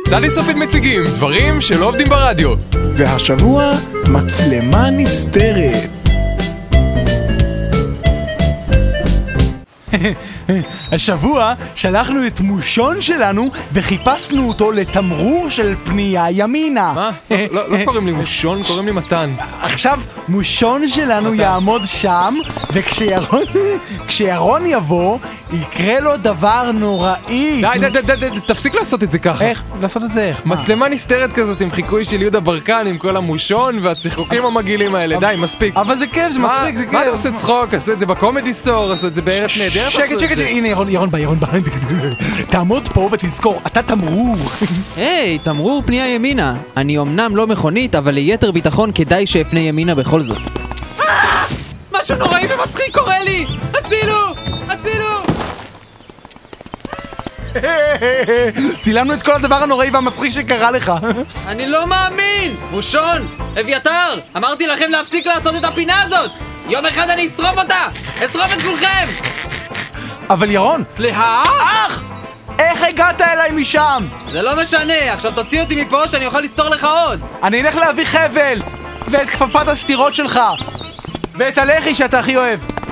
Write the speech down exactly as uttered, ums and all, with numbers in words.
סלי סופית מציגים דברים שלא עובדים ברדיו. והשבוע מצלמה נסתרת. השבוע שלחנו את מושון שלנו וחיפשנו אותו לתמרור של פנייה ימינה. מה? לא, לא קוראים לי מושון, קוראים לי מתן. עכשיו מושון שלנו יעמוד שם, וכשירון כשירון יבוא יקרה לו דבר נוראי. די, די, די, די, תפסיק לעשות את זה ככה. איך? לעשות את זה איך? מצלמה נסתרת כזאת עם חיקוי של יהודה ברקן עם כל המושון והצחקוקים המגעילים האלה. די, מספיק. אבל זה כיף, זה מצחיק, זה כיף. מה אתה עושה צחוק? עשו את זה בקומדי סטור, עשו את זה בארץ נהדרת. שקט, שקט, הנה ירון, ירון בא, ירון בא. תעמוד פה ותזכור, אתה תמרור. היי, תמרור פנייה ימינה. אני אמנם לא מכונית, אבל ליתר ביטחון כדאי שאפנה ימינה בכל זאת. משהו נוראי ומצחיק קורה לי! הצילו! הצילו! צילמנו את כל הדבר הנוראי והמצחיק שקרה לך. אני לא מאמין! מושון! אביתר! אמרתי לכם להפסיק לעשות את הפינה הזאת! יום אחד אני אשרוף אותה! אשרוף את כולכם! אבל ירון! סליחה? אח! איך הגעת אליי משם? זה לא משנה, עכשיו תוציא אותי מפה שאני אוכל לסתור לך עוד! אני אלך להביא חבל! ואת כפפת הסתירות שלך! ואת הלחי שאתה הכי אוהב!